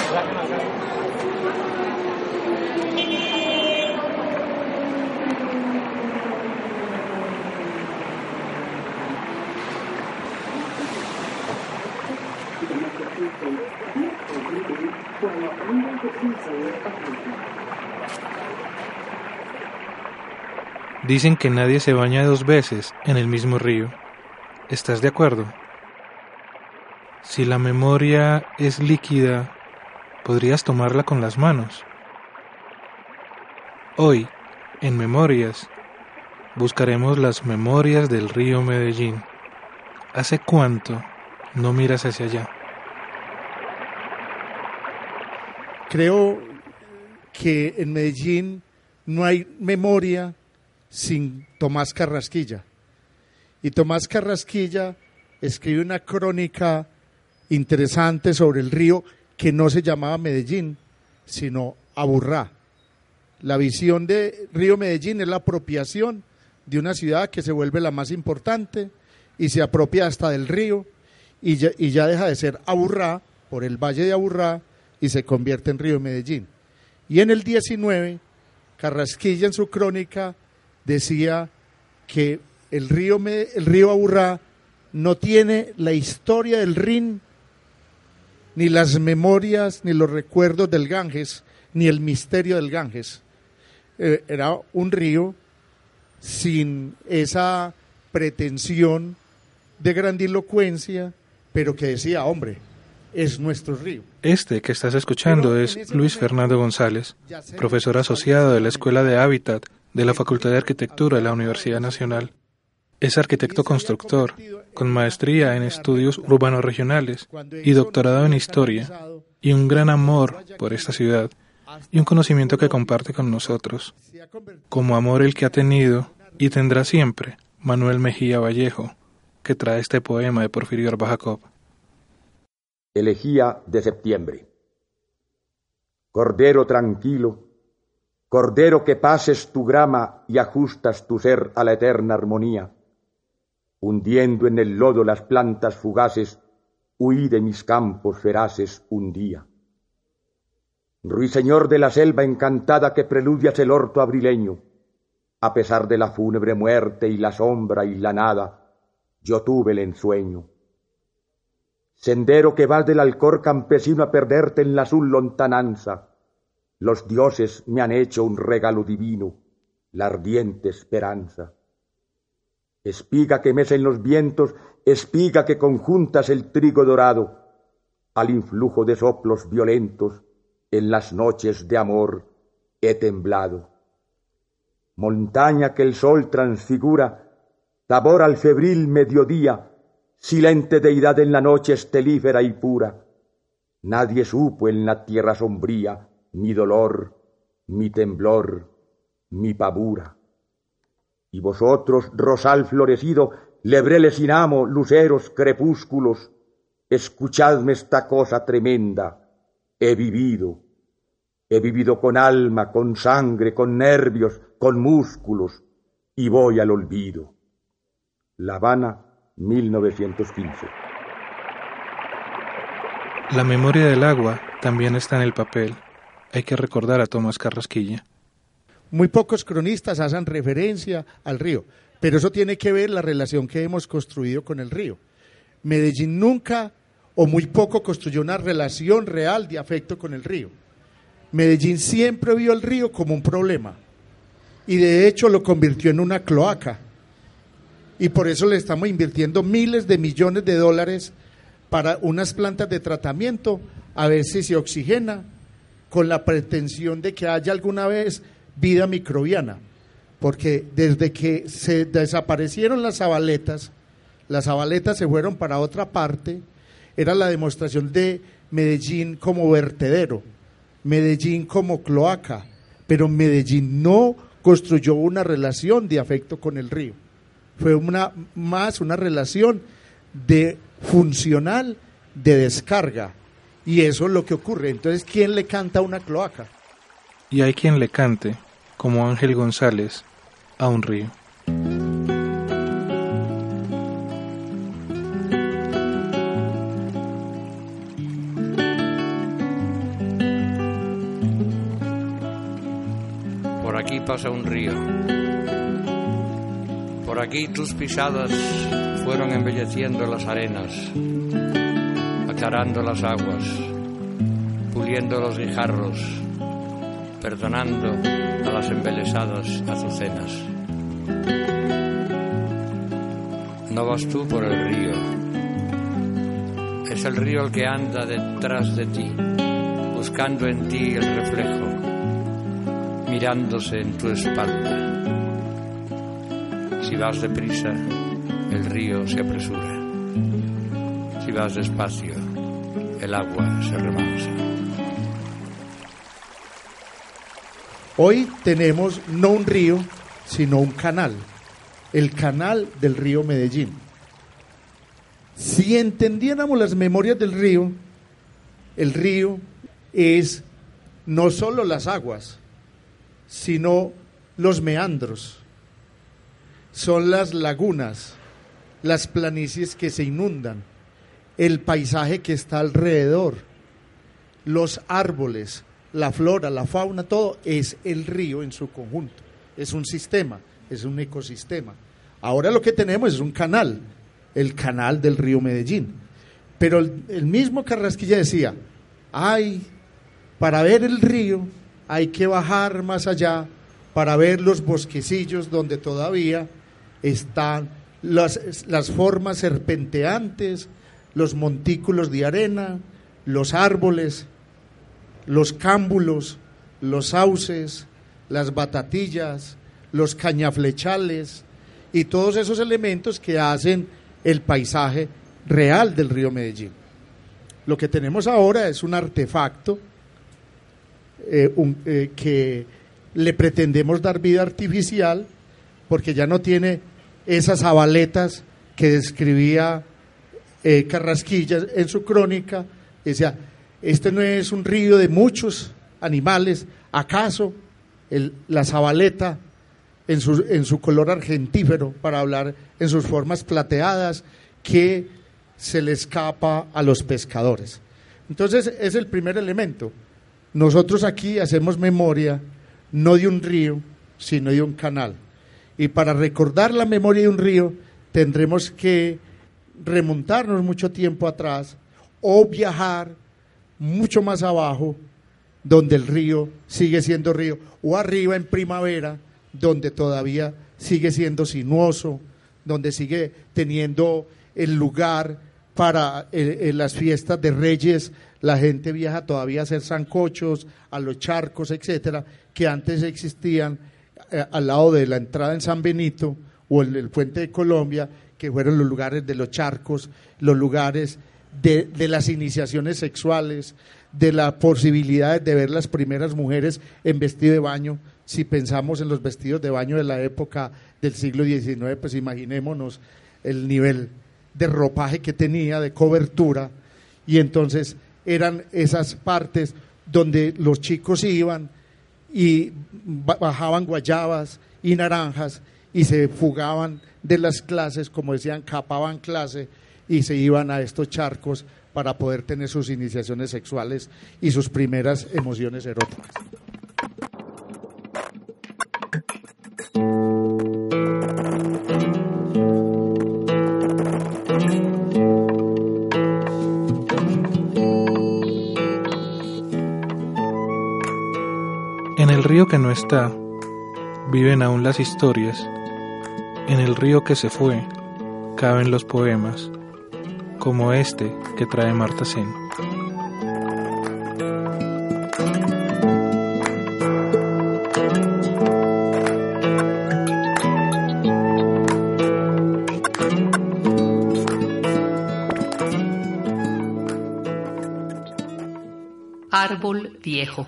Dicen que nadie se baña 2 veces en el mismo río. ¿Estás de acuerdo? Si la memoria es líquida, podrías tomarla con las manos. Hoy, en Memorias, buscaremos las memorias del río Medellín. ¿Hace cuánto no miras hacia allá? Creo que en Medellín no hay memoria sin Tomás Carrasquilla. Y Tomás Carrasquilla escribe una crónica interesante sobre el río que no se llamaba Medellín, sino Aburrá. La visión de Río Medellín es la apropiación de una ciudad que se vuelve la más importante y se apropia hasta del río y ya deja de ser Aburrá por el Valle de Aburrá y se convierte en Río Medellín. Y en el 19, Carrasquilla en su crónica decía que el río Aburrá no tiene la historia del Rin, ni las memorias, ni los recuerdos del Ganges, ni el misterio del Ganges. Era un río sin esa pretensión de grandilocuencia, pero que decía, hombre, es nuestro río. Este que estás escuchando es Luis Fernando González, profesor asociado de la Escuela de Hábitat de la Facultad de Arquitectura de la Universidad Nacional. Es arquitecto constructor, con maestría en estudios urbanos regionales y doctorado en historia, y un gran amor por esta ciudad, y un conocimiento que comparte con nosotros, como amor el que ha tenido y tendrá siempre Manuel Mejía Vallejo, que trae este poema de Porfirio Arbajakov. Elegía de septiembre. Cordero tranquilo, cordero que pases tu grama y ajustas tu ser a la eterna armonía, hundiendo en el lodo las plantas fugaces, huí de mis campos feraces un día. Ruiseñor de la selva encantada que preludias el orto abrileño, a pesar de la fúnebre muerte y la sombra y la nada, yo tuve el ensueño. Sendero que vas del Alcor campesino a perderte en la azul lontananza, los dioses me han hecho un regalo divino, la ardiente esperanza. Espiga que mecen los vientos, espiga que conjuntas el trigo dorado, al influjo de soplos violentos, en las noches de amor he temblado. Montaña que el sol transfigura, Tabor al febril mediodía, silente deidad en la noche estelífera y pura, nadie supo en la tierra sombría mi dolor, mi temblor, mi pavura. Y vosotros, rosal florecido, lebreles sin amo, luceros, crepúsculos, escuchadme esta cosa tremenda. He vivido con alma, con sangre, con nervios, con músculos, y voy al olvido. La Habana, 1915. La memoria del agua también está en el papel. Hay que recordar a Tomás Carrasquilla. Muy pocos cronistas hacen referencia al río, pero eso tiene que ver la relación que hemos construido con el río. Medellín nunca o muy poco construyó una relación real de afecto con el río. Medellín siempre vio el río como un problema y de hecho lo convirtió en una cloaca. Y por eso le estamos invirtiendo miles de millones de dólares para unas plantas de tratamiento, a ver si se oxigena, con la pretensión de que haya alguna vez vida microbiana. Porque desde que se desaparecieron las zabaletas se fueron para otra parte, era la demostración de Medellín como vertedero, Medellín como cloaca, pero Medellín no construyó una relación de afecto con el río. Fue más una relación funcional de descarga, y eso es lo que ocurre. Entonces, ¿quién le canta a una cloaca? Y hay quien le cante, como Ángel González, a un río. aquí pasa un río. Por aquí tus pisadas fueron embelleciendo las arenas, aclarando las aguas, puliendo los guijarros, perdonando a las embelesadas azucenas. No vas tú por el río, es el río el que anda detrás de ti, buscando en ti el reflejo, mirándose en tu espalda. Si vas deprisa, el río se apresura. Si vas despacio, el agua se remansa. Hoy tenemos no un río, sino un canal, el canal del río Medellín. Si entendiéramos las memorias del río, el río es no solo las aguas, sino los meandros, son las lagunas, las planicies que se inundan, el paisaje que está alrededor, los árboles, la flora, la fauna, todo es el río en su conjunto, es un sistema, es un ecosistema. Ahora lo que tenemos es un canal, el canal del río Medellín, pero el mismo Carrasquilla decía, para ver el río hay que bajar más allá para ver los bosquecillos donde todavía están las formas serpenteantes, los montículos de arena, los árboles, los cámbulos, los sauces, las batatillas, los cañaflechales y todos esos elementos que hacen el paisaje real del río Medellín. Lo que tenemos ahora es un artefacto que le pretendemos dar vida artificial porque ya no tiene esas zabaletas que describía Carrasquilla en su crónica. Decía, este no es un río de muchos animales, ¿acaso la zabaleta en su color argentífero, para hablar en sus formas plateadas, que se le escapa a los pescadores? Entonces es el primer elemento. Nosotros aquí hacemos memoria no de un río, sino de un canal. Y para recordar la memoria de un río tendremos que remontarnos mucho tiempo atrás o viajar mucho más abajo, donde el río sigue siendo río, o arriba en primavera, donde todavía sigue siendo sinuoso, donde sigue teniendo el lugar para las fiestas de Reyes. La gente viaja todavía a hacer sancochos, a los charcos, etcétera, que antes existían al lado de la entrada en San Benito o el Puente de Colombia, que fueron los lugares de los charcos, los lugares de las iniciaciones sexuales, de las posibilidades de ver las primeras mujeres en vestido de baño. Si pensamos en los vestidos de baño de la época del siglo XIX, pues imaginémonos el nivel de ropaje que tenía, de cobertura, y entonces eran esas partes donde los chicos iban y bajaban guayabas y naranjas y se fugaban de las clases, como decían, capaban clase y se iban a estos charcos para poder tener sus iniciaciones sexuales y sus primeras emociones eróticas. En el río que no está, viven aún las historias. En el río que se fue, caben los poemas, como este que trae Marta Seno. Árbol viejo.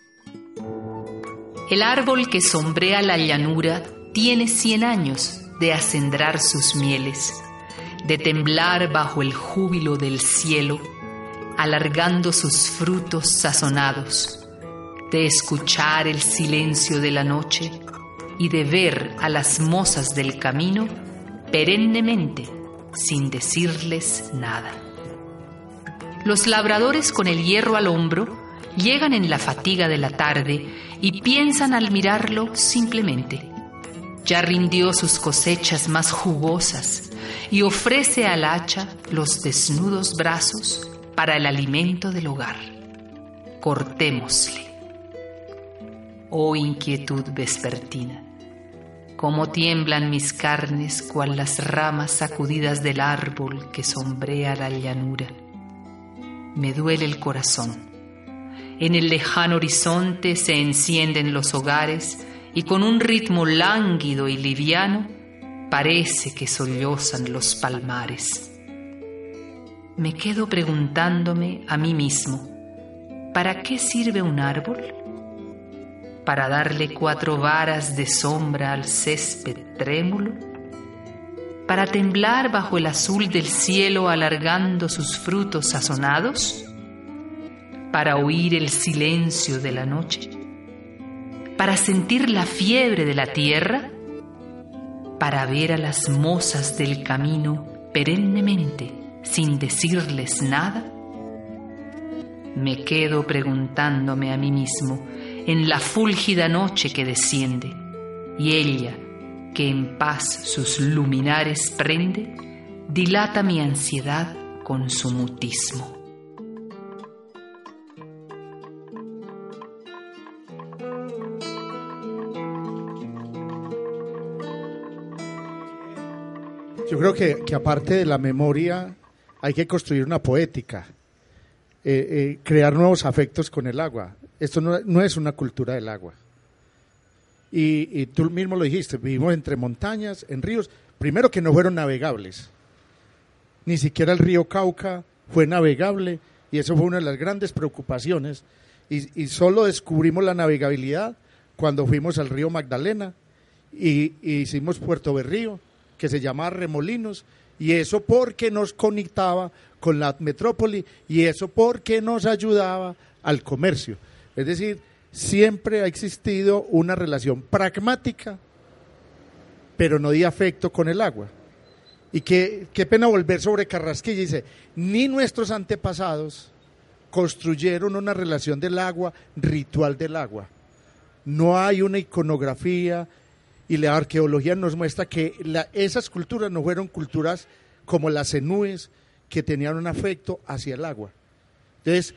El árbol que sombrea la llanura tiene 100 años de acendrar sus mieles, de temblar bajo el júbilo del cielo, alargando sus frutos sazonados, de escuchar el silencio de la noche y de ver a las mozas del camino perennemente sin decirles nada. Los labradores con el hierro al hombro llegan en la fatiga de la tarde y piensan al mirarlo simplemente. Ya rindió sus cosechas más jugosas y ofrece al hacha los desnudos brazos para el alimento del hogar. Cortémosle. Oh inquietud vespertina, cómo tiemblan mis carnes cual las ramas sacudidas del árbol que sombrea la llanura. Me duele el corazón. En el lejano horizonte se encienden los hogares y con un ritmo lánguido y liviano parece que sollozan los palmares. Me quedo preguntándome a mí mismo, ¿para qué sirve un árbol? ¿Para darle 4 varas de sombra al césped trémulo? ¿Para temblar bajo el azul del cielo alargando sus frutos sazonados? ¿Para oír el silencio de la noche? ¿Para sentir la fiebre de la tierra? ¿Para ver a las mozas del camino perennemente sin decirles nada? Me quedo preguntándome a mí mismo en la fúlgida noche que desciende, y ella, que en paz sus luminares prende, dilata mi ansiedad con su mutismo. Yo creo que aparte de la memoria hay que construir una poética, crear nuevos afectos con el agua. Esto no es una cultura del agua. Y tú mismo lo dijiste, vivimos entre montañas, en ríos, primero que no fueron navegables. Ni siquiera el río Cauca fue navegable y eso fue una de las grandes preocupaciones. Y solo descubrimos la navegabilidad cuando fuimos al río Magdalena y hicimos Puerto Berrío, que se llamaba Remolinos, y eso porque nos conectaba con la metrópoli y eso porque nos ayudaba al comercio. Es decir, siempre ha existido una relación pragmática, pero no de afecto con el agua. Y qué pena volver sobre Carrasquilla, dice, ni nuestros antepasados construyeron una relación del agua, ritual del agua. No hay una iconografía, y la arqueología nos muestra que esas culturas no fueron culturas como las zenúes, que tenían un afecto hacia el agua. Entonces,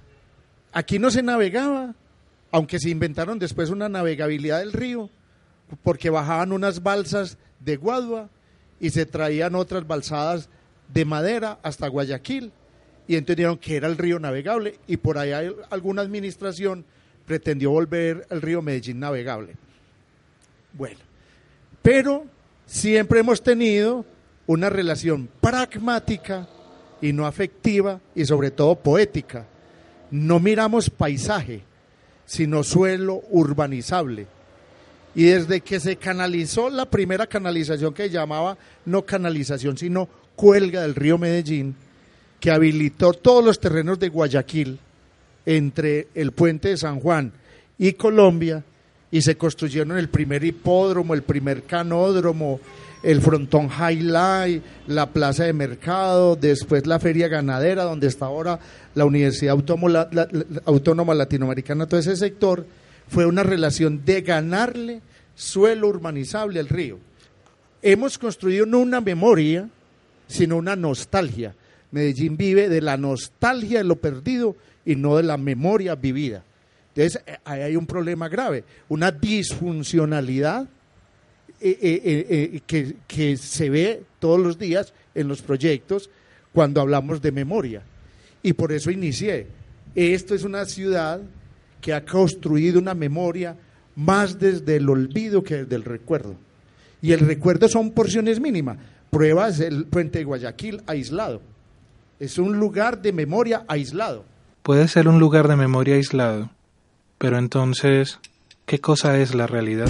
aquí no se navegaba, aunque se inventaron después una navegabilidad del río, porque bajaban unas balsas de Guadua y se traían otras balsadas de madera hasta Guayaquil, y entendieron que era el río navegable, y por allá alguna administración pretendió volver el río Medellín navegable. Bueno, pero siempre hemos tenido una relación pragmática y no afectiva y sobre todo poética. No miramos paisaje, sino suelo urbanizable. Y desde que se canalizó la primera canalización que llamaba no canalización, sino cuelga del río Medellín, que habilitó todos los terrenos de Guayaquil entre el puente de San Juan y Colombia, y se construyeron el primer hipódromo, el primer canódromo, el frontón Highlight, la plaza de mercado, después la feria ganadera, donde está ahora la Universidad Autónoma Latinoamericana, todo ese sector, fue una relación de ganarle suelo urbanizable al río. Hemos construido no una memoria, sino una nostalgia. Medellín vive de la nostalgia de lo perdido y no de la memoria vivida. Entonces, ahí hay un problema grave, una disfuncionalidad que se ve todos los días en los proyectos cuando hablamos de memoria. Y por eso inicié. Esto es una ciudad que ha construido una memoria más desde el olvido que desde el recuerdo. Y el recuerdo son porciones mínimas. Prueba es el puente de Guayaquil aislado. Es un lugar de memoria aislado. Puede ser un lugar de memoria aislado, pero entonces, ¿qué cosa es la realidad?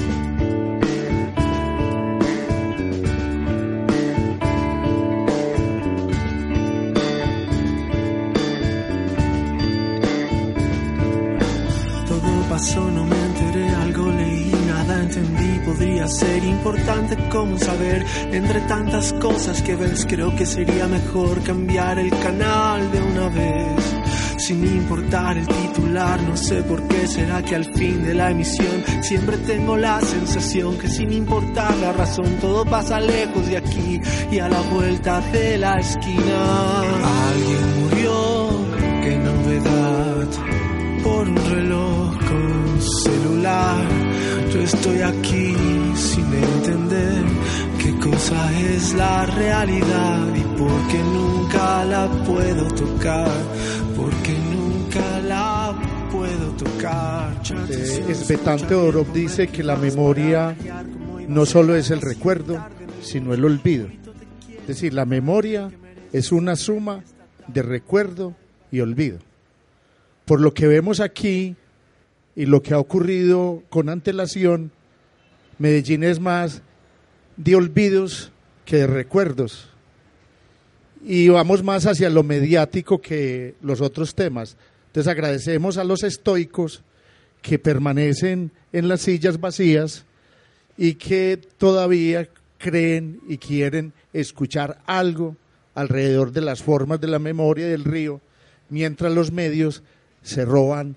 Todo pasó, no me enteré, algo leí, nada entendí. entendí podría ser importante como saber. Entre tantas cosas que ves, creo que sería mejor cambiar el canal de una vez, sin importar el titular. No sé por qué será que al fin de la emisión siempre tengo la sensación que sin importar la razón todo pasa lejos de aquí y a la vuelta de la esquina. Alguien murió, qué novedad, por un reloj con celular. Yo estoy aquí sin entender qué cosa es la realidad y por qué nunca la puedo tocar, porque nunca la puedo tocar. Svetlana Todorov dice que la memoria no solo es el recuerdo, sino el olvido. Es decir, la memoria es una suma de recuerdo y olvido. Por lo que vemos aquí y lo que ha ocurrido con antelación, Medellín es más de olvidos que de recuerdos. Y vamos más hacia lo mediático que los otros temas. Entonces agradecemos a los estoicos que permanecen en las sillas vacías y que todavía creen y quieren escuchar algo alrededor de las formas de la memoria del río, mientras los medios se roban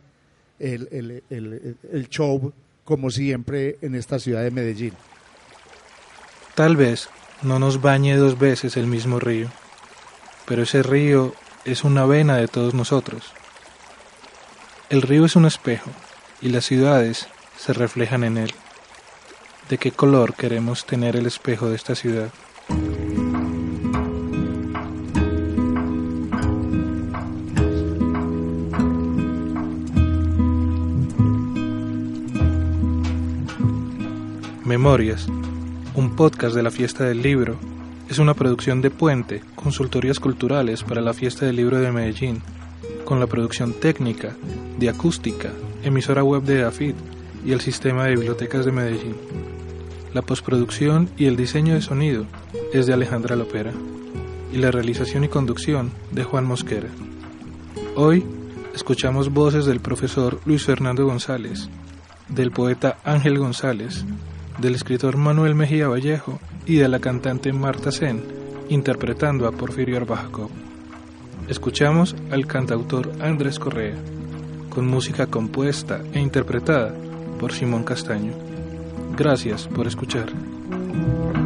el show, como siempre en esta ciudad de Medellín. Tal vez no nos bañe 2 veces el mismo río, pero ese río es una vena de todos nosotros. El río es un espejo y las ciudades se reflejan en él. ¿De qué color queremos tener el espejo de esta ciudad? Memorias, un podcast de la Fiesta del Libro, es una producción de Puente, consultorías culturales para la Fiesta del Libro de Medellín, con la producción técnica de Acústica, emisora web de AFID y el Sistema de Bibliotecas de Medellín. La postproducción y el diseño de sonido es de Alejandra Lopera y la realización y conducción de Juan Mosquera. Hoy escuchamos voces del profesor Luis Fernando González, del poeta Ángel González, del escritor Manuel Mejía Vallejo y de la cantante Marta Sen, interpretando a Porfirio Arbajakov. Escuchamos al cantautor Andrés Correa, con música compuesta e interpretada por Simón Castaño. Gracias por escuchar.